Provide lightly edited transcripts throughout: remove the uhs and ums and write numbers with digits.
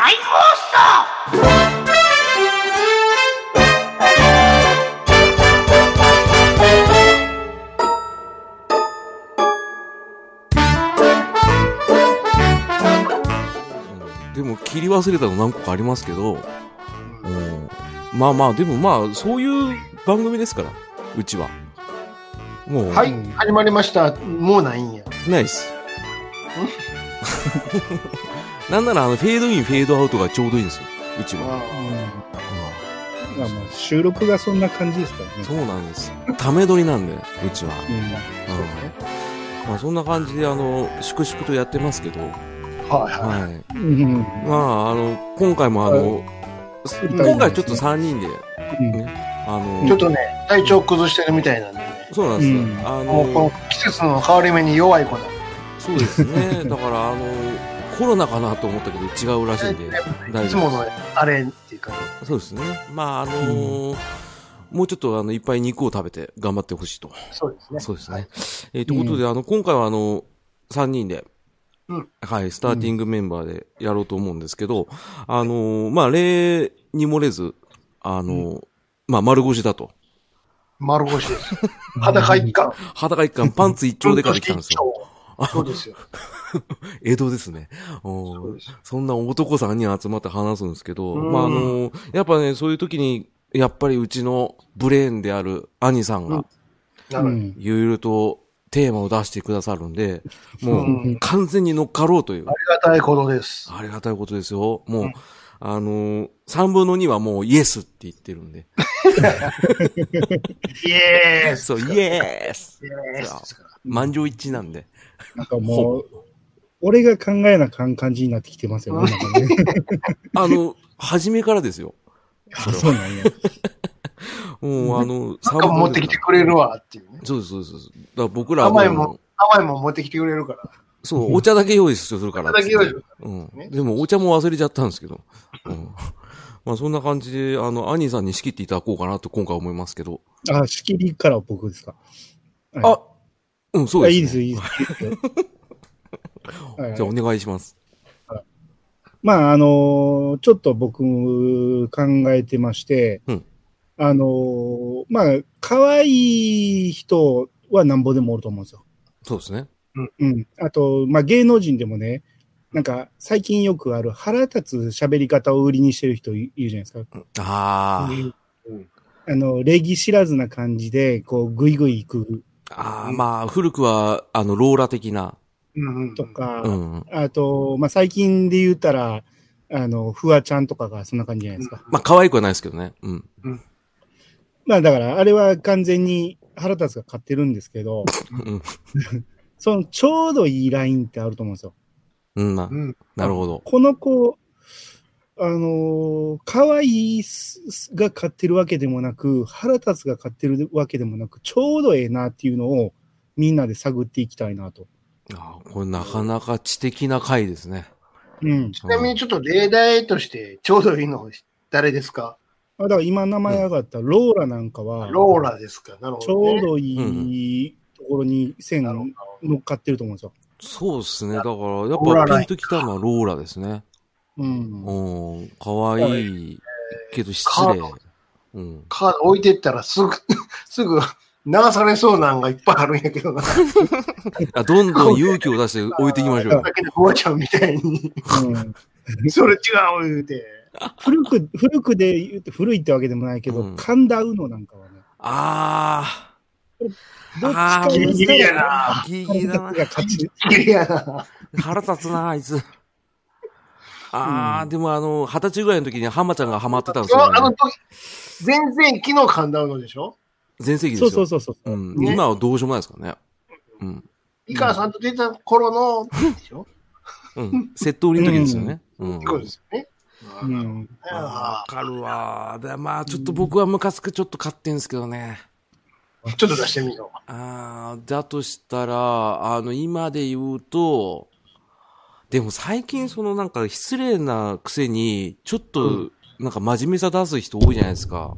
再放送。 でも切り忘れたの何個かありますけど、まあまあでもまあそういう番組ですからうちはもうはい始まりました。もうないんや。 ないっす。なんならフェードインフェードアウトがちょうどいいんですようちは。 まあまあ収録がそんな感じですからね。 そうなんです。ため撮りなんでうちは。まあそんな感じで粛々とやってますけど。はい。まあ今回も今回ちょっと3人で、 ちょっとね体調崩してるみたいなんでね。 そうなんですよ。 もうこの季節の変わり目に弱い子だ。 そうですね。だからコロナかなと思ったけど違うらしいんでいつものあれっていうか。 そうですね。まあもうちょっといっぱい肉を食べて頑張ってほしいと。 そうですね。 そうですね。ということで今回は3人ではい、スターティングメンバーでやろうと思うんですけど、まあ、例に漏れず、まあ、丸腰だと。 丸腰です。裸一貫。 裸一貫、パンツ一丁でかできたんですよ。 そうですよ。 江戸ですね。そんな男3人集まって話すんですけど、まあ、やっぱね、そういう時に、やっぱりうちのブレーンである兄さんが、いろいろと、テーマを出してくださるんで、もう完全に乗っかろうという。 ありがたいことです。 ありがたいことですよ。もう、3分の2はもうイエスって言ってるんで。 イエースそう、イエース満場一致なんで。 なんかもう、俺が考えな感じになってきてますよね。 初めからですよ。 そうなんや。 もう 3分持ってきてくれるわっていうね。 そうです。だから僕らは甘いもん持ってきてくれるから。 そう、お茶だけ用意するから。 お茶だけ用意するから。 でもお茶も忘れちゃったんですけど。まあそんな感じで、兄さんに仕切っていただこうかなと今回思いますけど。 仕切りから僕ですか。 そうです。 いいです。いいです。 じゃあお願いします。 まあちょっと僕考えてまして、まあ、可愛い人はなんぼでもおると思うんですよ。 そうですね。 あと、まあ芸能人でもね、なんか最近よくある腹立つ喋り方を売りにしてる人いるじゃないですか。礼儀知らずな感じで、こう、ぐいぐい行く。 まあ、古くは、ローラ的な。 とか、あと、まあ最近で言ったら、フワちゃんとかがそんな感じじゃないですか。 まあ、可愛くはないですけどね。 まあだから、あれは完全に腹立つが勝ってるんですけど、そのちょうどいいラインってあると思うんですよ。 なるほど。 この子、可愛いが勝ってるわけでもなく、腹立つが勝ってるわけでもなく、ちょうどええなっていうのをみんなで探っていきたいなと。 これなかなか知的な回ですね。 ちなみにちょっと例題としてちょうどいいの誰ですか？ だから今名前上がったローラなんかは、 ローラですか。なるほど、 ちょうどいいところに線乗っかってると思うんですよ。 そうですね。だから、やっぱピンときたのはローラですね。かわいいけど失礼。 カード置いてったらすぐ流されそうなんがいっぱいあるんやけどな。 どんどん勇気を出して置いていきましょうよ。 だけでフワちゃんみたいに。それ違う言うて。 古くで言うと古いってわけでもないけど、神田うのなんかはね。どっちかギリギリやな。 ギリギリだな。 ギリギリやな。 腹立つな、あいつ。でも20歳ぐらいの時に浜ちゃんがハマってたんですよ、ね。 前世紀の神田うのでしょ？ 前世紀ですよ。 そう。 今はどうしようもないですからね。 井川さんと出た頃の、でしょ？ セット売りの時ですよね。 そうですよね。 わかるわ。で、まあ、ちょっと僕はムカつくちょっと買ってんすけどね。 ちょっと出してみよう。 だとしたら、今で言うと、でも最近なんか失礼なくせに、ちょっと、なんか真面目さ出す人多いじゃないですか。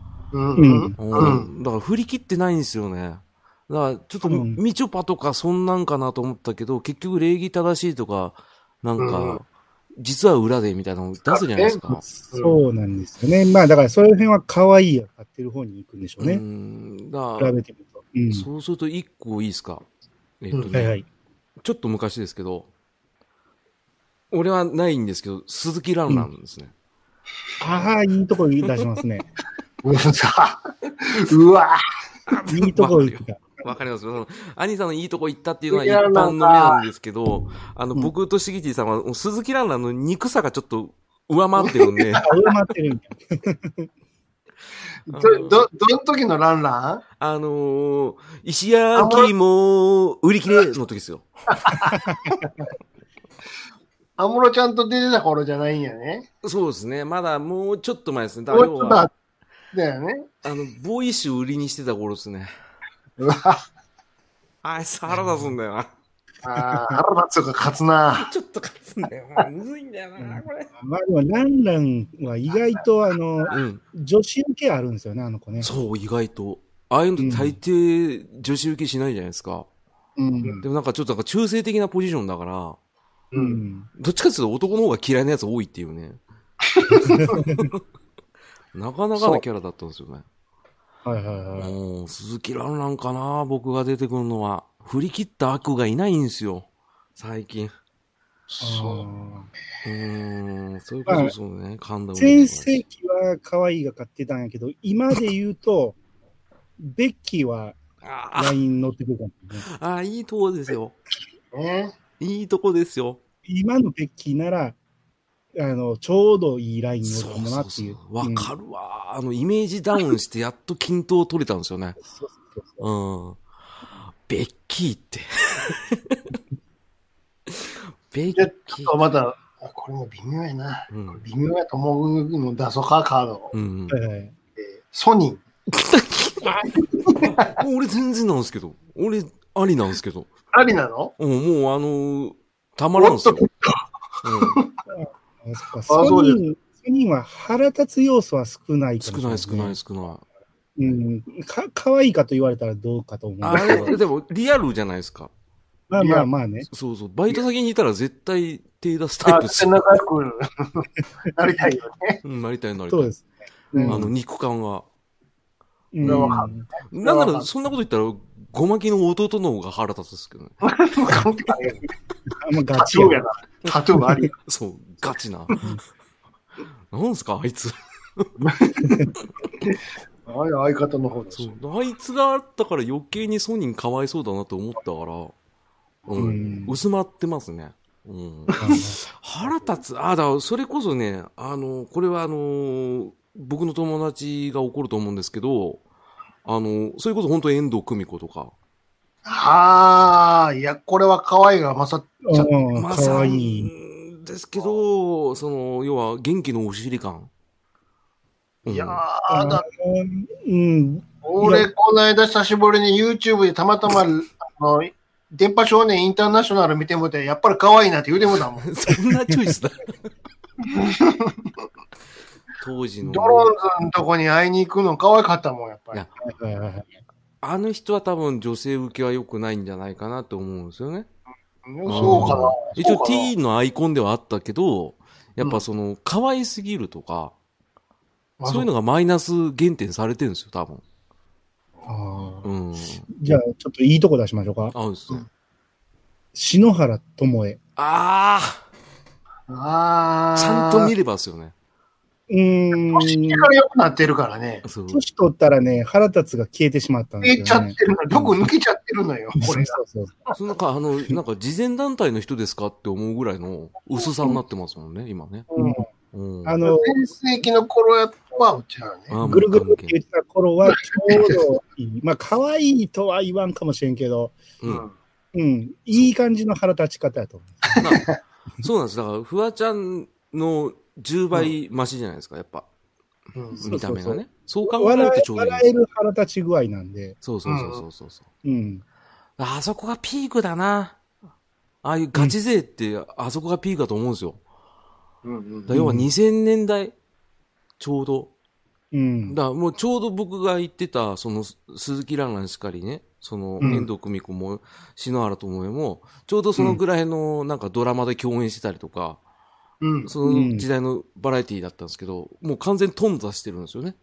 だから振り切ってないんですよね。だからちょっとみちょぱとかそんなんかなと思ったけど、結局礼儀正しいとか、なんか、 実は裏でみたいなのを出すじゃないですか。 そうなんですよね。まあだからその辺は可愛いが買ってる方に行くんでしょうね。比べてみると。 そうすると一個いいですか。 はいはい。 ちょっと昔ですけど、俺はないんですけど、鈴木蘭蘭ですね。 ああ、いいとこ出しますね。 うわいいとこ行った。 わかります。兄さんのいいとこ行ったっていうのは一般の目なんですけど、僕としぎちさんは、鈴木蘭蘭の憎さがちょっと上回ってるんで。 上回ってるんだ。 どの時のランラン石焼きも売り切れの時ですよ。 安室ちゃんと出てた頃じゃないんやね。 そうですね。まだもうちょっと前ですね。 もうちょっとだよね。 ボーイッシュ売りにしてた頃ですね。 うわ。 あいつ腹立つんだよな。 腹立つが勝つな。 ちょっと勝つんだよな。むずいんだよな、これ。 まあでも、ランランは意外と女子受けあるんですよね、あの子ね。 そう、意外と。ああいうの大抵女子受けしないじゃないですか。でもなんかちょっと中性的なポジションだから、どっちかっていうと男の方が嫌いなやつ多いっていうね。なかなかなキャラだったんですよね。 はいはいはい。 もう、鈴木蘭蘭かな、僕が出てくるのは。振り切った悪がいないんですよ。最近。 そういうことですよね。神田全盛期は可愛いが買ってたんやけど、今で言うと、ベッキーは LINE 乗ってくるかもね。 いいとこですよ。いいとこですよ。 今のベッキーなら、ちょうどいいライン乗るかもなっていう。 わかるわ。イメージダウンしてやっと均等を取れたんですよね。ベッキーって。ベッキー。 ちょっとまた、これも微妙やな。微妙やと思うの出そうか、カード。ソニー。俺全然なんですけど。俺、ありなんですけど。 ありなの？ もうたまらんすよ。 ソニーは腹立つ要素は少ないかもしれない、ね。 少ない。 可愛いかと言われたらどうかと思う。 でも、リアルじゃないですか。 まあね。 そう。バイト先にいたら絶対手出すタイプですよ。 仲良くなりたいよね。 なりたい。 そうですね。 肉感が。なんなら、そんなこと言ったら、ごまきの弟の方が腹立つですけどね。 ガチやな。 タトゥーあり。 そう、ガチな。なんすか、あいつ。 相方の方だそう。あいつがあったから余計にソニーかわいそうだなと思ったから、薄まってますね。腹立つ。だからそれこそね、これは僕の友達が怒ると思うんですけど、それこそ本当遠藤久美子とか。 いや、これは可愛いが勝っちゃった。 可愛いですけど、要は元気のお尻感。 いや俺、この間久しぶりに YouTube でたまたま、電波少年インターナショナル見てもて、やっぱり可愛いなって言うてもたもん。 そんなチョイスだ。当時の。 ドローンズのとこに会いに行くの可愛かったもん、やっぱり。 あの人は多分女性受けは良くないんじゃないかなと思うんですよね。 そうかな。 一応 T のアイコンではあったけど、やっぱ可愛すぎるとか、そういうのがマイナス減点されてるんですよ、多分。 じゃあ、ちょっといいとこ出しましょうか。篠原智恵。 ちゃんと見ればですよね。 年から良くなってるからね。 年取ったらね、腹立つが消えてしまったんですよね。 消えちゃってるの。どこ抜けちゃってるのよ、これが。 なんかなんか慈善団体の人ですかって思うぐらいの薄さになってますもんね、今ね。 全盛期の頃はうちはね。 ぐるぐるって言ってた頃はちょうどいい。まあ、可愛いとは言わんかもしれんけど、いい感じの腹立ち方やと思う。 そうなんです。だから、フワちゃんの10倍増しじゃないですか、やっぱ。見た目がね。そう考えるとちょうどいい。 笑える腹立ち具合なんで。 そう。あそこがピークだな。ああいうガチ勢って、あそこがピークだと思うんですよ。要は2000年代、ちょうど。だからもうちょうど僕が言ってた、鈴木蘭蘭しかりね、遠藤久美子も、篠原ともえも、ちょうどそのぐらいの、なんかドラマで共演してたりとか、 うん。 その時代のバラエティだったんですけど、もう完全に頓挫してるんですよね。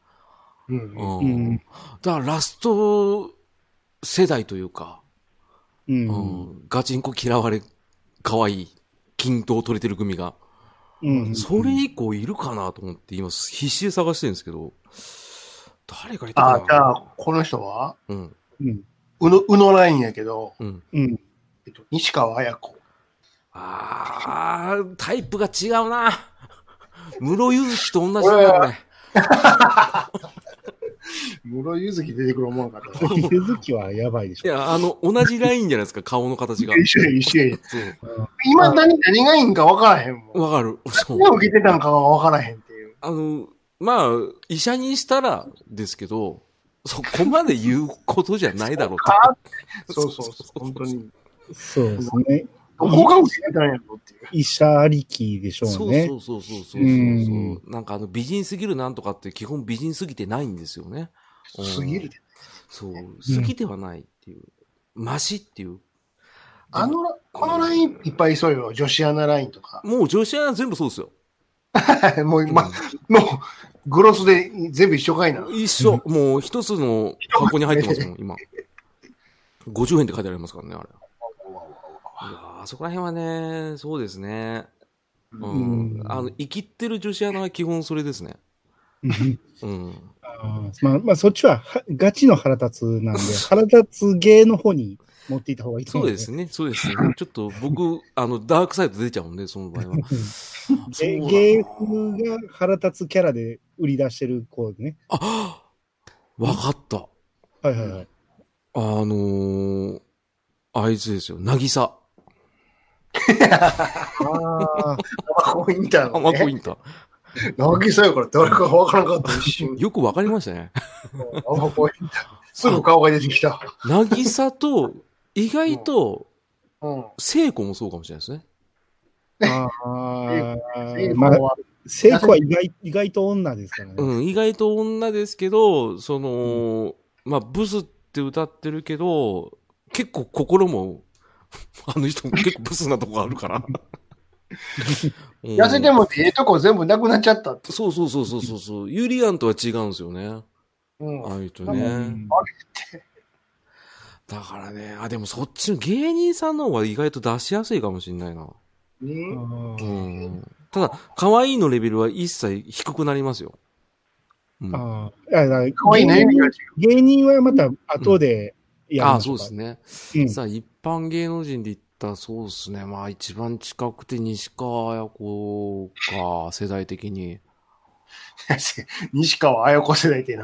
だからラスト世代というか、ガチンコ嫌われ、可愛い均等取れてる組が。それ以降いるかなと思って今必死で探してるんですけど、誰がいたかな。 じゃあ、この人はうん。 うのラインやけど、西川綾子。 タイプが違うな。室柚月と同じだね。 室柚月出てくる思わなかった。 室柚月はやばいでしょ。 いや、同じラインじゃないですか、顔の形が。 一緒や。今何がいいんか分からへんもん。 分かる。 何を受けてたんかは分からへんっていう。 まあ、医者にしたらですけど、そこまで言うことじゃないだろうと。そう、本当に。 そうですね。 どこが受けてたんやろっていう。 医者ありきでしょうね。 そう。なんか美人すぎるなんとかって基本美人すぎてないんですよね。 すぎるで。 そう、すぎてはないっていう。マシっていう。 このラインいっぱいいそうよ。女子アナラインとか。 もう女子アナ全部そうですよ。 もうグロスで全部一緒かいな。 一緒。もう一つの箱に入ってますもん、今。50円って書いてありますからね、あれ。あそこら辺はね、そうですね。生きってる女子アナは基本それですね。 まあ、そっちはガチの腹立つなんで、腹立つ芸の方に持っていった方がいいと思う、 ね。そうですね。ちょっと僕、ダークサイド出ちゃうんで、その場合は。 芸風が腹立つキャラで売り出してる子ね。 わかった。 はい。 あいつですよ、なぎさ。 アマコインター。 アマコインター。 なぎさやから誰かわからなかった一瞬。 よくわかりましたね。 アマコインター。すぐ顔が出てきた。 なぎさと、意外と、聖子もそうかもしれないですね。 聖子は意外と女ですからね。 意外と女ですけど、ブスって歌ってるけど、結構心も、あの人も結構ブスなとこあるから。 痩せてもええとこ全部なくなっちゃったって。 そう。ユリアンとは違うんですよね。ああいう人ね。だからね、でもそっちの芸人さんの方が意外と出しやすいかもしれないな。ただ、可愛いのレベルは一切低くなりますよ。 可愛いね。 芸人はまた後でやりましょうか。 そうですね。さあ、一般芸能人で言ったらそうですね。まあ一番近くて西川綾子か、世代的に。 西川綾子世代って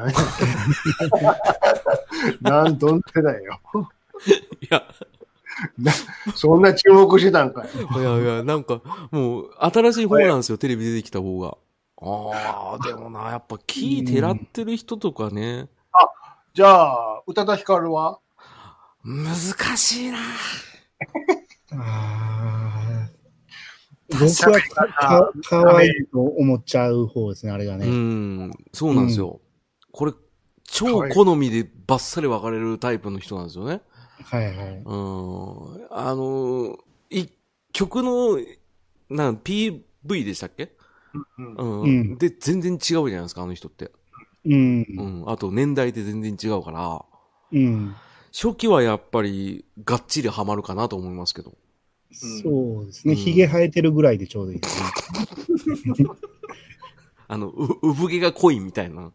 どん世代よ。 いや。 そんな注目してたんかい。 いや、なんか、もう、新しい方なんですよ、テレビ出てきた方が。でもな、やっぱ、キーてらってる人とかね。 じゃあ、宇多田ヒカルは難しいな僕は可愛いと思っちゃう方ですね、あれがね。 そうなんですよ。これ、超好みでバッサリ分かれるタイプの人なんですよね。一曲の、PV でしたっけ？で、全然違うじゃないですか、あの人って。あと、年代で全然違うから。初期はやっぱり、がっちりハマるかなと思いますけど。 そうですね。髭生えてるぐらいでちょうどいいですね。 産毛が濃いみたいな。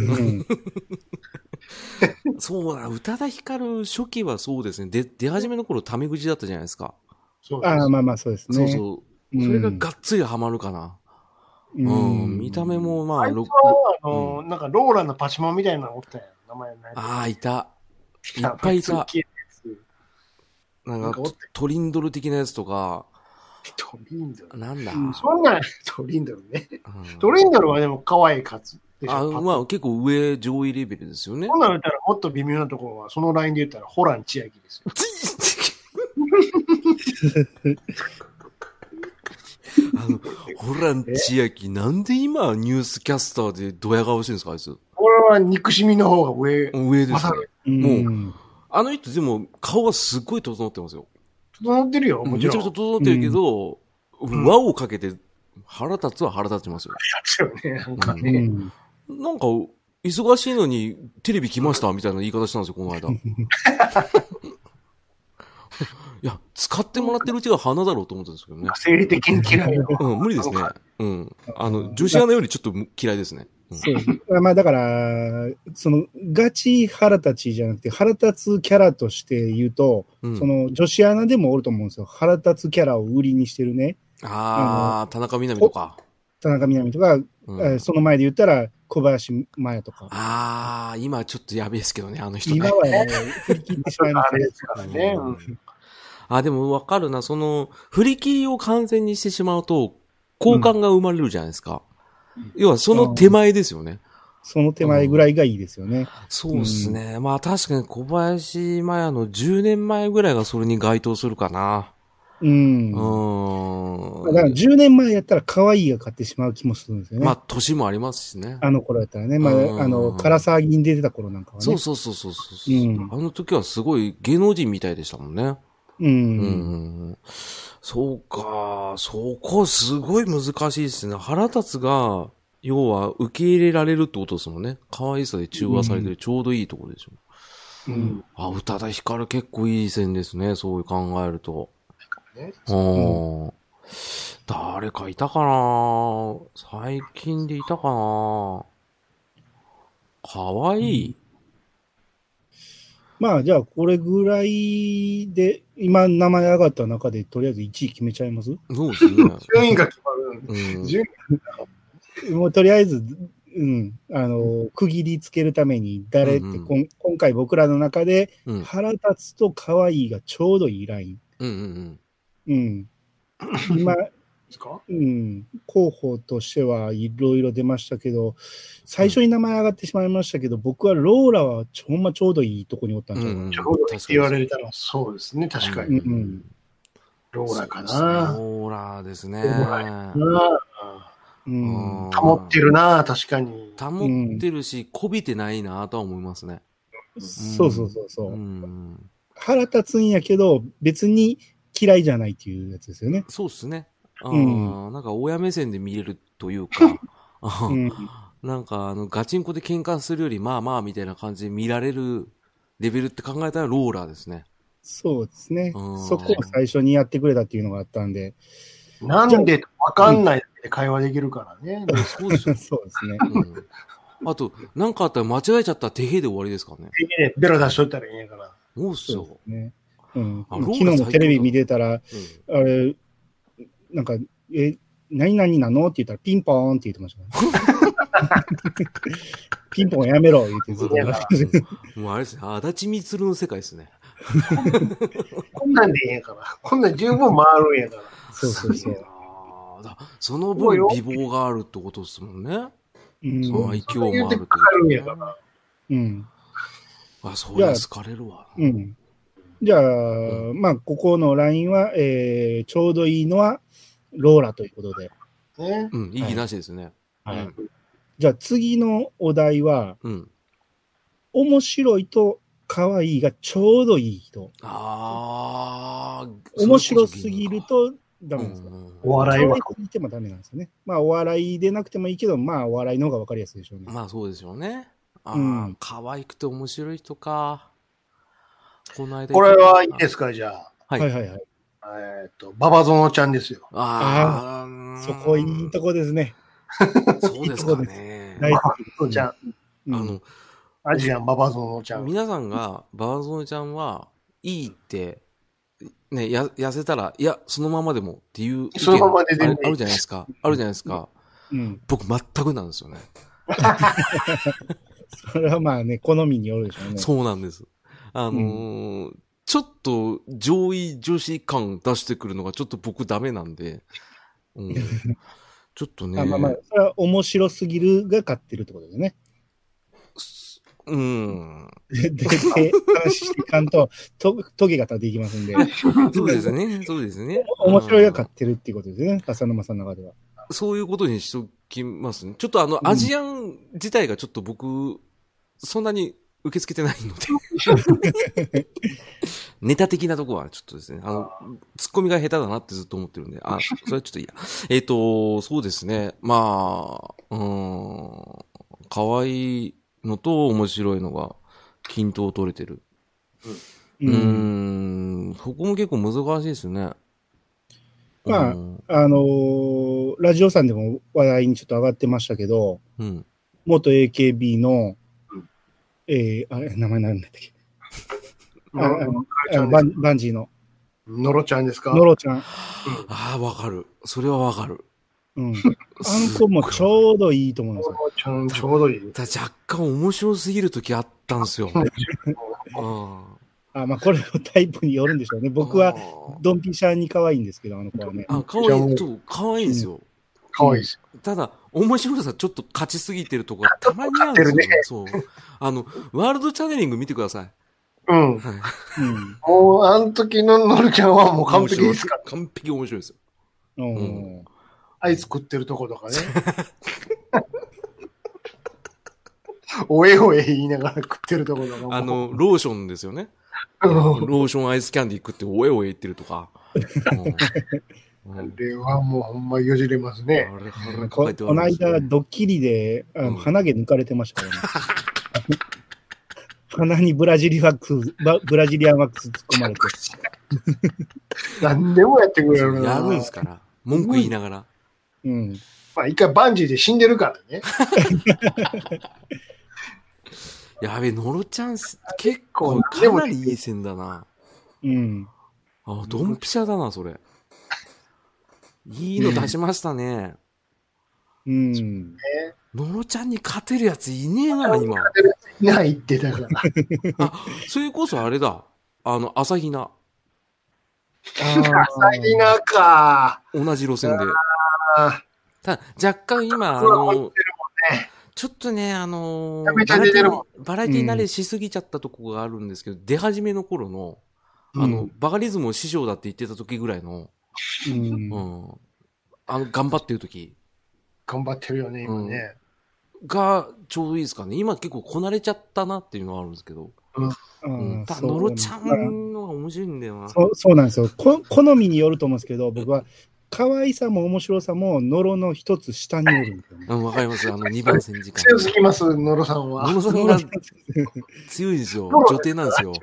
そうだ、宇多田ヒカル初期はそうですね。出始めの頃タメ口だったじゃないですか。 まあそうですね。 そう。それががっつりハマるかな。見た目もまあ。 あいつは、なんかローランのパチモンみたいなのおったやん。名前ない。 いた。いっぱいいた。なんか、トリンドル的なやつとか。 トリンドルなんだ。 そんな、トリンドルね。トリンドルはでも可愛いかつ。 結構上位レベルですよね。 そんなの言ったらもっと微妙なところは、そのラインで言ったらホラン千秋ですよ。 ホラン千秋、なんで今ニュースキャスターでドヤ顔してるんですか、あいつ。 これは憎しみの方が上ですね。もう、あの人でも顔はすっごい整ってますよ。 整ってるよ、もちろん。 めちゃくちゃ整ってるけど、輪をかけて腹立つは腹立ちますよ。 腹立つよね、なんかね。 なんか、忙しいのにテレビ来ましたみたいな言い方したんですよ、この間。いや、使ってもらってるうちが花だろうと思ったんですけどね。 生理的に嫌いよ。 無理ですね。女子アナよりちょっと嫌いですね。 そう。まあだから、そのガチ腹立ちじゃなくて腹立つキャラとして言うと、その女子アナでもおると思うんですよ。腹立つキャラを売りにしてるね。 田中みな実とか。 田中みな実とか、その前で言ったら小林麻也とか。 今ちょっとやべえですけどね、あの人ね。 今はね、振り切ってしまいました。 あれですからね。 でもわかるな、その、振り切りを完全にしてしまうと、好感が生まれるじゃないですか。要はその手前ですよね。 その手前ぐらいがいいですよね。 そうですね。まあ確かに小林麻也の10年前ぐらいがそれに該当するかな。 だから10年前やったら可愛いが勝ってしまう気もするんですよね。 まあ年もありますしね。 あの頃やったらね。まあ唐沢に出てた頃なんかはね。 そう。あの時はすごい芸能人みたいでしたもんね。そうか、そこすごい難しいですね。腹立つが、要は受け入れられるってことですもんね。可愛さで中和されてる、ちょうどいいところでしょ。宇多田ヒカル結構いい線ですね。そういう考えると。誰かいたかな、最近でいたかな、可愛い。 まあ、じゃあ、これぐらいで、今名前上がった中で、とりあえず1位決めちゃいます？ そうですね。 順位が決まる。 もうとりあえず、区切りつけるために、誰って、今回僕らの中で、腹立つと可愛いがちょうどいいライン。今、候補としてはいろいろ出ましたけど、最初に名前上がってしまいましたけど、僕はローラはほんまちょうどいいとこにおったんじゃないちょうどいいって言われたらそうですね、確かに。ローラかな。 ローラですね。 保ってるな、確かに。 保ってるし、こびてないなとは思いますね。 そう。腹立つんやけど、別に嫌いじゃないっていうやつですよね。 そうですね。なんか親目線で見れるというか、なんかガチンコで喧嘩するよりまあまあみたいな感じで見られるレベルって考えたらローラーですね。 そうですね。そこを最初にやってくれたっていうのがあったんで。 なんでわかんないで会話できるからね。 そうですよ。 そうですね。 あと、なんかあったら間違えちゃったら手へで終わりですからね。 手へでベロ出しといたらいいんやから。 そうっすよ。 昨日もテレビ見てたら、あれ、なんか、何々なのって言ったらピンポーンって言ってましたね。ピンポンやめろ言ってずっと言ってました。 もうあれですね、足立みつるの世界ですね。 こんなんでいいんやから。こんなん十分回るんやから。 そう。 その分美貌があるってことですもんね。その愛嬌もあるってこと。そりゃ好かれるわ。 じゃあ、まあ、ここのラインは、ちょうどいいのは、ローラということで。 いい気なしですね。 じゃあ、次のお題は、面白いと可愛いがちょうどいい人。面白すぎるとダメなんですか？ お笑いは。 可愛すぎてもダメなんですよね。まあ、お笑いでなくてもいいけど、まあ、お笑いの方が分かりやすいでしょうね。 まあ、そうでしょうね。可愛くて面白い人か。 これはいいですか、じゃあ。 はい。 ババゾノちゃんですよ。 そこいいとこですね。 そうですかね。 ババゾノちゃん。アジアンババゾノちゃん。 皆さんがババゾノちゃんはいいって、ね、痩せたら、いや、そのままでもっていう意見あるじゃないですか。僕全くなんですよね。 それはまあね、好みによるでしょうね。 そうなんです。ちょっと上位女子感出してくるのがちょっと僕ダメなんで、ちょっとね。 それは面白すぎるが勝ってるってことですね。で、話していかんと、トゲが立っていきますんで。 そうですね。 面白いが勝ってるっていうことですね。浅沼さんの中では。 そういうことにしときますね。ちょっとアジアン自体がちょっと僕、そんなに受け付けてないので。 ネタ的なとこはちょっとですね、ツッコミが下手だなってずっと思ってるんで、それはちょっといいや。そうですね、まあ、可愛いのと面白いのが均等取れてる。そこも結構難しいですね。 まあ、ラジオさんでも話題にちょっと上がってましたけど、元 AKB の、あれ、名前なんだっけ。バンジーの。 ノロちゃんですか？ ノロちゃん。 わかる。それはわかる。 あの子もちょうどいいと思うんですよ。 ノロちゃんちょうどいい。 若干面白すぎるときあったんですよ。 まあ、これのタイプによるんでしょうね。僕は、ドンピシャに可愛いんですけど、あの子はね。 可愛いんですよ。 可愛いです。 ただ、面白さちょっと勝ちすぎてるとこがたまにあるんですよね。そう。ワールドチャネリング見てください。 もう、あの時のノルちゃんはもう完璧ですから。 完璧面白いですよ。 アイス食ってるとことかね。おえおえ言いながら食ってるところとか。 ローションですよね。ローションアイスキャンディー食っておえおえ言ってるとか。 あれはもうほんまよじれますね。 この間、ドッキリで、鼻毛抜かれてましたからね。鼻にブラジリアンワックス突っ込まれて。 何でもやってくれるな。 やるんすから。文句言いながら。 まあ一回バンジーで死んでるからね。 やべえ、ノロちゃん、結構かなりいい線だな。ドンピシャだな、それ。いいの出しましたね。ノロちゃんに勝てるやついねえな、今。 いないってだから。 それこそあれだ。朝比奈。 朝比奈か。 同じ路線で。ただ、若干今、ちょっとね、バラエティ慣れしすぎちゃったとこがあるんですけど、出始めの頃の、バカリズムを師匠だって言ってた時ぐらいの、頑張ってる時。 頑張ってるよね、今ね。 が、ちょうどいいですかね。今結構こなれちゃったなっていうのはあるんですけど。ノロちゃんのが面白いんだよな。 そうなんですよ。好みによると思うんですけど、僕は、可愛さも面白さも、ノロの一つ下におるんですよね。 わかります。2番戦時間。 強すぎます、ノロさんは。 ノロさんが強いですよ。女帝なんですよ。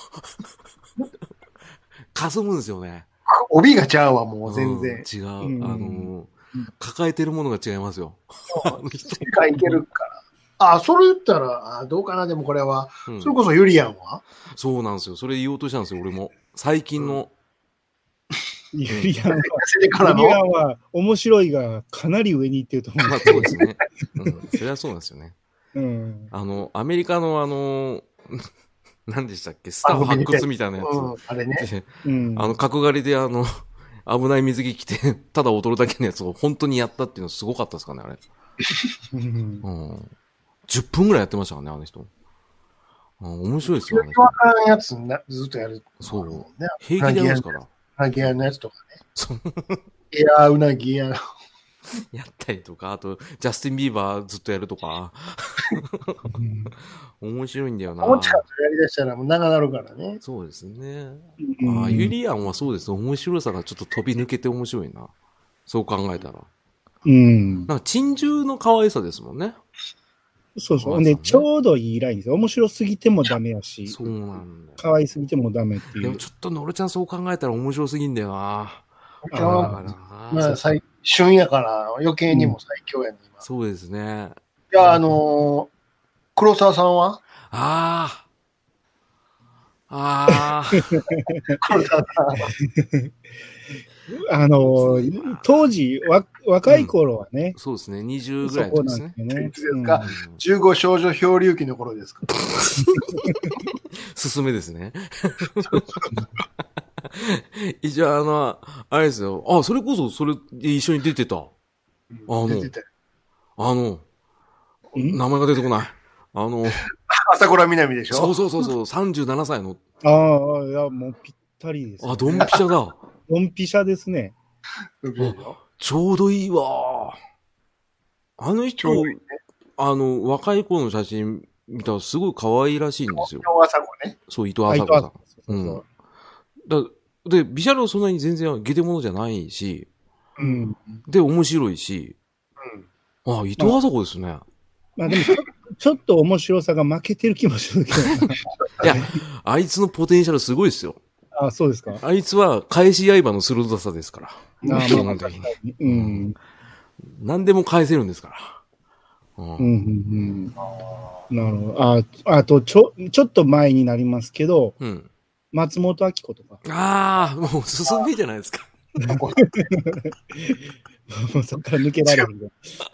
かすむんですよね。 帯がちゃうわ、もう全然。 違う。抱えてるものが違いますよ。 世界いけるから。それ言ったら、どうかな、でもこれは。それこそユリアンはそうなんですよ。それ言おうとしたんですよ、俺も。最近の。 ユリアンは面白いがかなり上に行ってると思う。 そうですね。それはそうなんですよね。アメリカの何でしたっけ、スター発掘みたいなやつ。 あれね。 角刈りで危ない水着着て、ただ踊るだけのやつを本当にやったっていうのすごかったですかね、あれ。10分ぐらいやってましたからね、あの人。面白いですよね。 わからんやつずっとやる。 そう。平気でやるんですから。 うなぎ屋のやつとかね。いやうなぎ屋。 やったりとか、あと、ジャスティン・ビーバーずっとやるとか。面白いんだよな。 もちろんやりだしたらもう長なるからね。 そうですね。ユリアンはそうです。面白さがちょっと飛び抜けて面白いな。そう考えたら。なんか、珍獣の可愛さですもんね。 そうそう。で、ちょうどいいラインですよ。面白すぎてもダメやし。 そうなんだ。 可愛すぎてもダメっていう。 でもちょっとノロちゃんそう考えたら面白すぎんだよな。 まあ、旬やから余計にも最強やね、今。 そうですね。 いや、黒沢さんは黒沢さん。 当時、若い頃はね。 そうですね。20ぐらいの時ですね。 いつですか、15少女漂流記の頃ですか。 すすめですね。一応あれですよ。それこそそれで一緒に出てた。出てた。名前が出てこない。 朝倉みなみでしょ。 そう、37歳の。 いや、もうぴったりです、ね。 ドンピシャだ。 ドンピシャですね。 ちょうどいいわ。あの人、若い子の写真見たらすごい可愛いらしいんですよ。 伊藤麻子ね。 そう、伊藤麻子さん。 で、ビジュアルはそんなに全然ゲテモノじゃないし、 うん。 で、面白いし、あ、伊藤麻子ですね。 まあでもちょっと面白さが負けてる気もするけど。 いや、あいつのポテンシャルすごいですよ。 あ、そうですか。 あいつは返し刃の鋭さですから。基本的に。 うん。 何でも返せるんですから。 うん。なるほど。あと、ちょっと前になりますけど、 うん。 松本明子とか。 ああ、もう進んでじゃないですか。 もうそっから抜けられるんだ。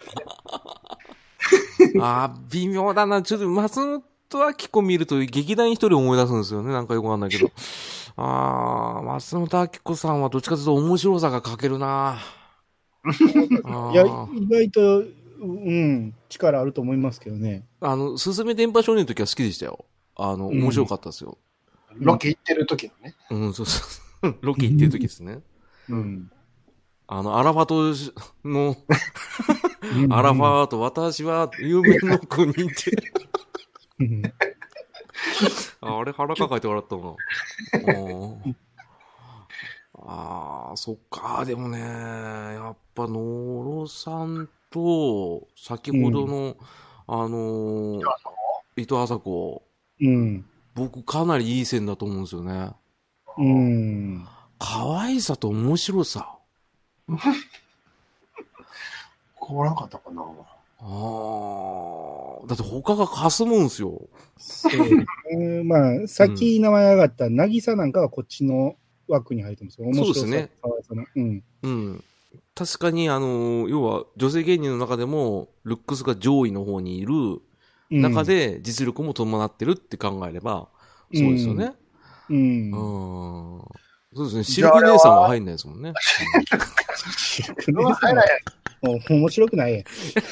微妙だな。ちょっと松本明子見ると劇団一人思い出すんですよね。なんかよくわかんないけど。松本明子さんはどっちかというと面白さが欠けるな。 いや、意外と、力あると思いますけどね。 すずめ電波少年の時は好きでしたよ。面白かったですよ。 ロケ行ってる時のね。 そうそう。ロケ行ってる時ですね。アラファトの、アラファート、私は夢の国って。あれ腹抱えて笑ったな。そっか。でもね、やっぱ、野呂さんと、先ほどの、伊藤麻子。僕、かなりいい線だと思うんですよね。可愛さと面白さ。 変わらんかったかな。 だって他が霞むんすよ。 まあ、さっき名前上がった渚なんかはこっちの枠に入ってますよ。面白さ。 そうですね。確かに、要は、女性芸人の中でも、ルックスが上位の方にいる中で、実力も伴ってるって考えれば、そうですよね。そうですね。シルク姉さんは入んないですもんね。 シルク姉さんは面白くない。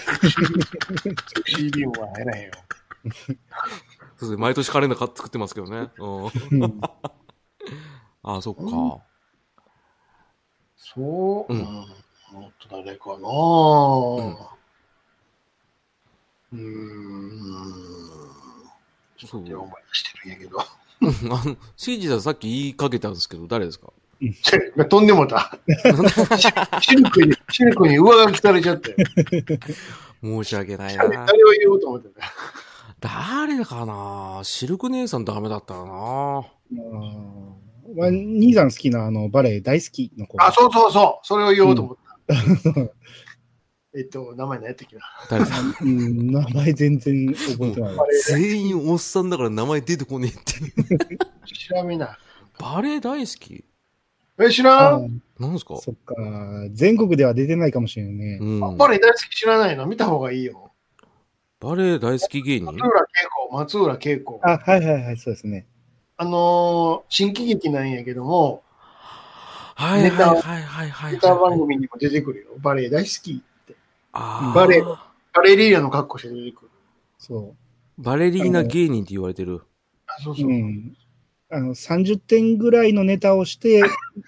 CD も入らへんよ。 そうですね。毎年カレンダー作ってますけどね。そっか。 もっと誰かな。ちょっと思い出してるんやけど。 シージさんさっき言いかけたんですけど、誰ですか？ 飛んでもた。シルクに上書きされちゃって。 申し訳ないな。 誰を言おうと思ってた。 誰かな？シルク姉さんダメだったな。 兄さん好きなバレエ大好きの子。 そう。それを言おうと思った。名前何やったっけな。 誰ですか？ 名前全然覚えてない。 全員おっさんだから名前出てこねえって。 知らみな。 バレエ大好き？ 知らん？ 何ですか？ そっか。全国では出てないかもしれないね。 バレエ大好き知らないの？見た方がいいよ。 バレエ大好き芸人？ 松浦恵子。 はい、そうですね。 新喜劇なんやけども、 ネタ番組にも出てくるよ。バレエ大好きって。バレリーナの格好して出てくる。 そう。 バレリーナ芸人って言われてる。 そう。 30点ぐらいのネタをして、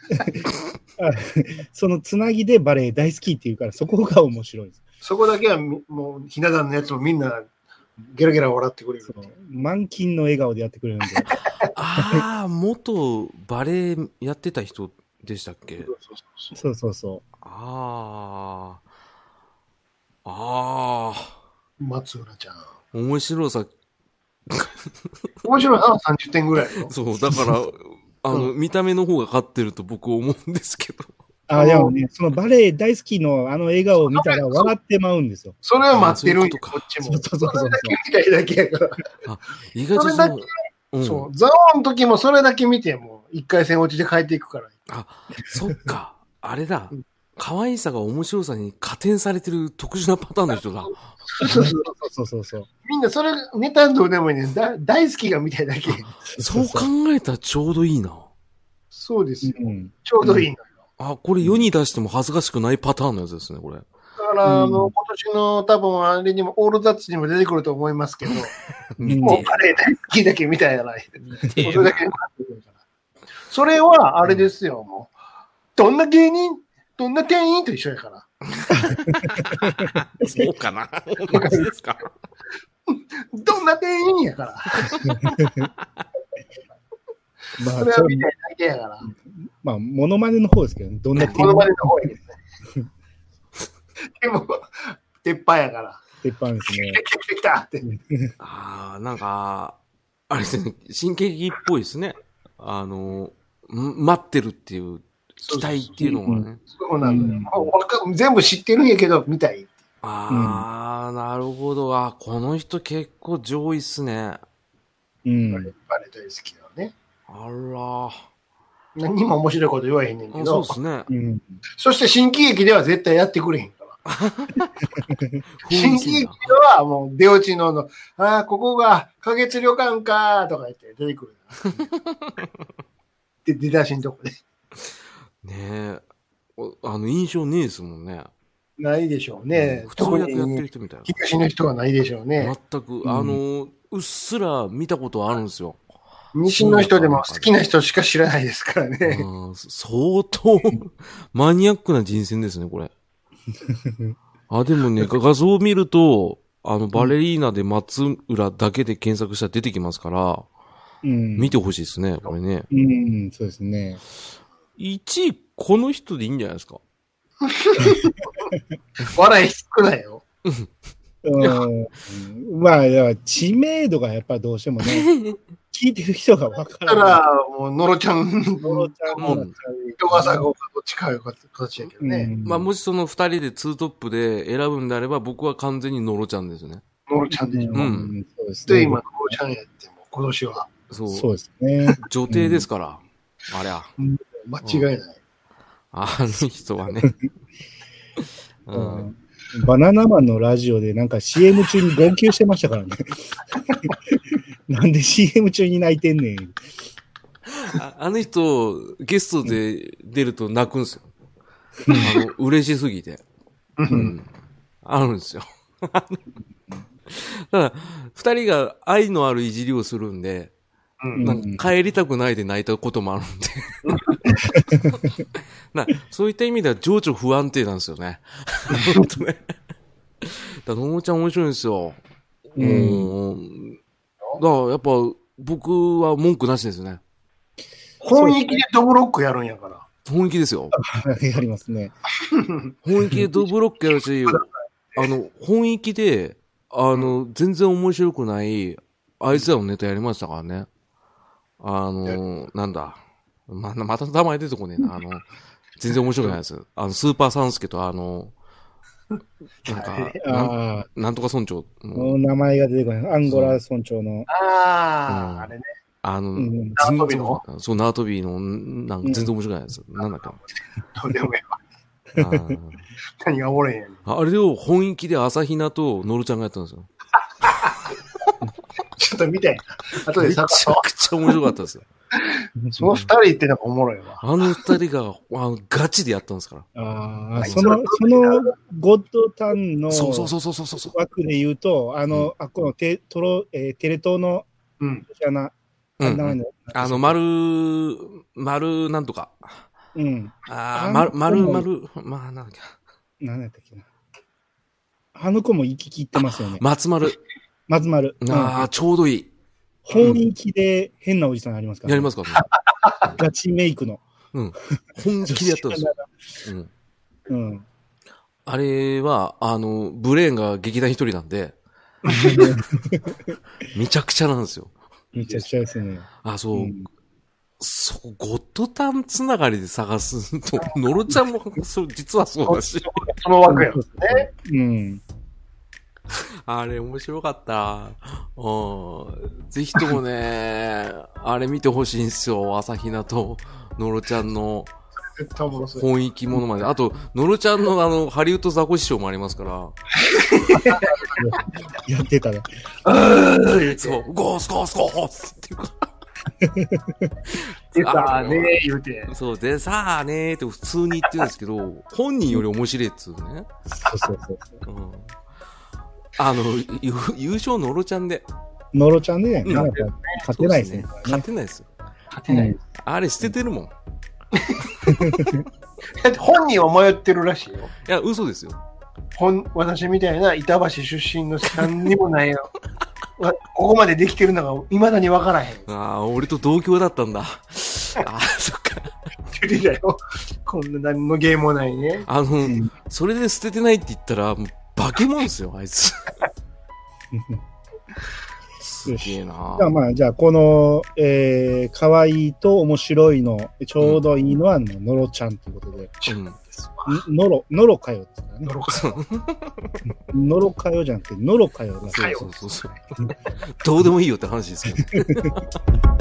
そのつなぎでバレエ大好きって言うから、そこが面白いです。 そこだけはもう、ひな壇のやつもみんな、ゲラゲラ笑ってくれる。 満金の笑顔でやってくれるんで。 元バレエやってた人でしたっけ？ そう。 松浦ちゃん。 面白さ。 面白いな、30点ぐらい。 そう、だから、見た目の方が勝ってると僕思うんですけど。 でもね、そのバレエ大好きの笑顔を見たら笑ってまうんですよ。 それは待ってるんよ、こっちも。そう。それだけ見たいだけやから。 意外とそう、ザオの時もそれだけ見ても、一回戦落ちで帰っていくから。 そっか。あれだ。可愛さが面白さに加点されてる特殊なパターンの人だ。 そう。 みんなそれ、ネタどうでもいいね。大好きが見たいだけ。 そう考えたらちょうどいいな。 そうですよ。ちょうどいいのよ。 これ世に出しても恥ずかしくないパターンのやつですね、これ。 だから、今年の多分あれにも、オールザッツにも出てくると思いますけど、もうバレエ大好きだけ見たいじゃない。それは、あれですよ、もう。どんな店員と一緒やから。 そうかな？同じですか？ どんな店員やから。 まあ、 それは見たいだけやから。 まあ、モノマネの方ですけどね。どんなモノマネの方がいいですね。でも、鉄板やから。 鉄板ですね。 来たって。 なんか、あれですね、新喜劇っぽいですね。待ってるっていう、期待っていうのがね。 そうなんだよ。全部知ってるんやけど、見たい。 なるほど。この人結構上位っすね。 バレ大好きだね。 あら。 何にも面白いこと言わへんねんけど。 そうですね。 そして新喜劇では絶対やってくれへんから。新喜劇ではもう出落ちの、ここが花月旅館かとか言って出てくる。で、出だしんとこで。 ねえ。印象ねえですもんね。 ないでしょうね。 普通役やってる人みたいな。 東の人はないでしょうね。 全く、うっすら見たことあるんですよ。 西の人でも好きな人しか知らないですからね。 相当マニアックな人選ですね、これ。でもね、画像を見ると、バレリーナで松浦だけで検索したら出てきますから、見てほしいですね、これね。 そうですね。 1位、この人でいいんじゃないですか。 笑い少ないよ。 まあ、知名度がやっぱどうしてもね、聞いてる人が分からない。 だから、もう、のろちゃんも、人がさ、どっちかいう形やけどね。 もしその2人でツートップで選ぶんであれば、僕は完全にのろちゃんですね。 のろちゃんでしょ。 そうですね。で、今、のろちゃんやっても、今年は。 そうですね。 女帝ですから、ありゃ。 間違いない。 の人はね。 バナナマンのラジオでなんか CM 中に号泣してましたからね。なんで CM 中に泣いてんねん。 あの人、ゲストで出ると泣くんですよ。嬉しすぎて。あるんですよ。ただ、二人が愛のあるいじりをするんで、なんか帰りたくないで泣いたこともあるんで。そういった意味では情緒不安定なんですよね。本当ね。のもちゃん面白いんですよ。だからやっぱ僕は文句なしですね。 本気でドブロックやるんやから。 本気ですよ。 やりますね。 本気でドブロックやるし、本気で、全然面白くない、あいつらのネタやりましたからね。なんだ。また名前出てこねえな。全然面白くないです。スーパーサンスケとなんとか村長の。名前が出てこない。アンゴラ村長の。 あれね。 縄跳びのそう、縄跳びの、全然面白くないです。なんだっけ。 とんでもないわ。何がおもろいんやねん。 あれを本気で朝比奈とノルちゃんがやったんですよ。 ちょっと見て。後でめちゃくちゃ面白かったですよ。 その二人ってのがおもろいわ。 二人が、ガチでやったんですから。 そのゴッドタンの枠で言うと、このテレ東の、 丸なんとか。なんだっけ。 なんだったっけな。あの子も生き切ってますよね。 松丸。ちょうどいい。 本気で変なおじさんありますから、 やりますかガチメイクの。 本気でやったんですよ。あれは、ブレーンが劇団一人なんで、めちゃくちゃなんですよ。 めちゃくちゃですね。 そう、ゴッドタンつながりで探すと、ノロちゃんも、実はそうだし。 その枠やね。 あれ面白かった。ぜひともね、あれ見てほしいんですよ。朝比奈とノロちゃんの本気ものまで。あと、ノロちゃんのハリウッドザコシショウもありますから。 やってたね。 そう、ゴースゴースゴースっていうか。 でさーねー言うて。 そう、でさーねーって普通に言ってるんですけど、本人より面白いっつうね。優勝ノロちゃんで。 ノロちゃんで、なんか勝てないですね。 勝てないですよ。あれ捨ててるもん。 だって本人は迷ってるらしいよ。 いや、嘘ですよ。 私みたいな板橋出身の何にもないよ。 ここまでできてるのが未だに分からへん。 ああ、俺と同郷だったんだ。ああ、そっか。 無理だよ。こんな何のゲームもないね。 それで捨ててないって言ったら、化け物ですよ、あいつ。すげえな。 じゃあ、この、可愛いと面白いの、ちょうどいいのは、のろちゃんということで。のろかよって言ったらね。のろかよじゃなくて、のろかよだ。 そう。どうでもいいよって話ですけど。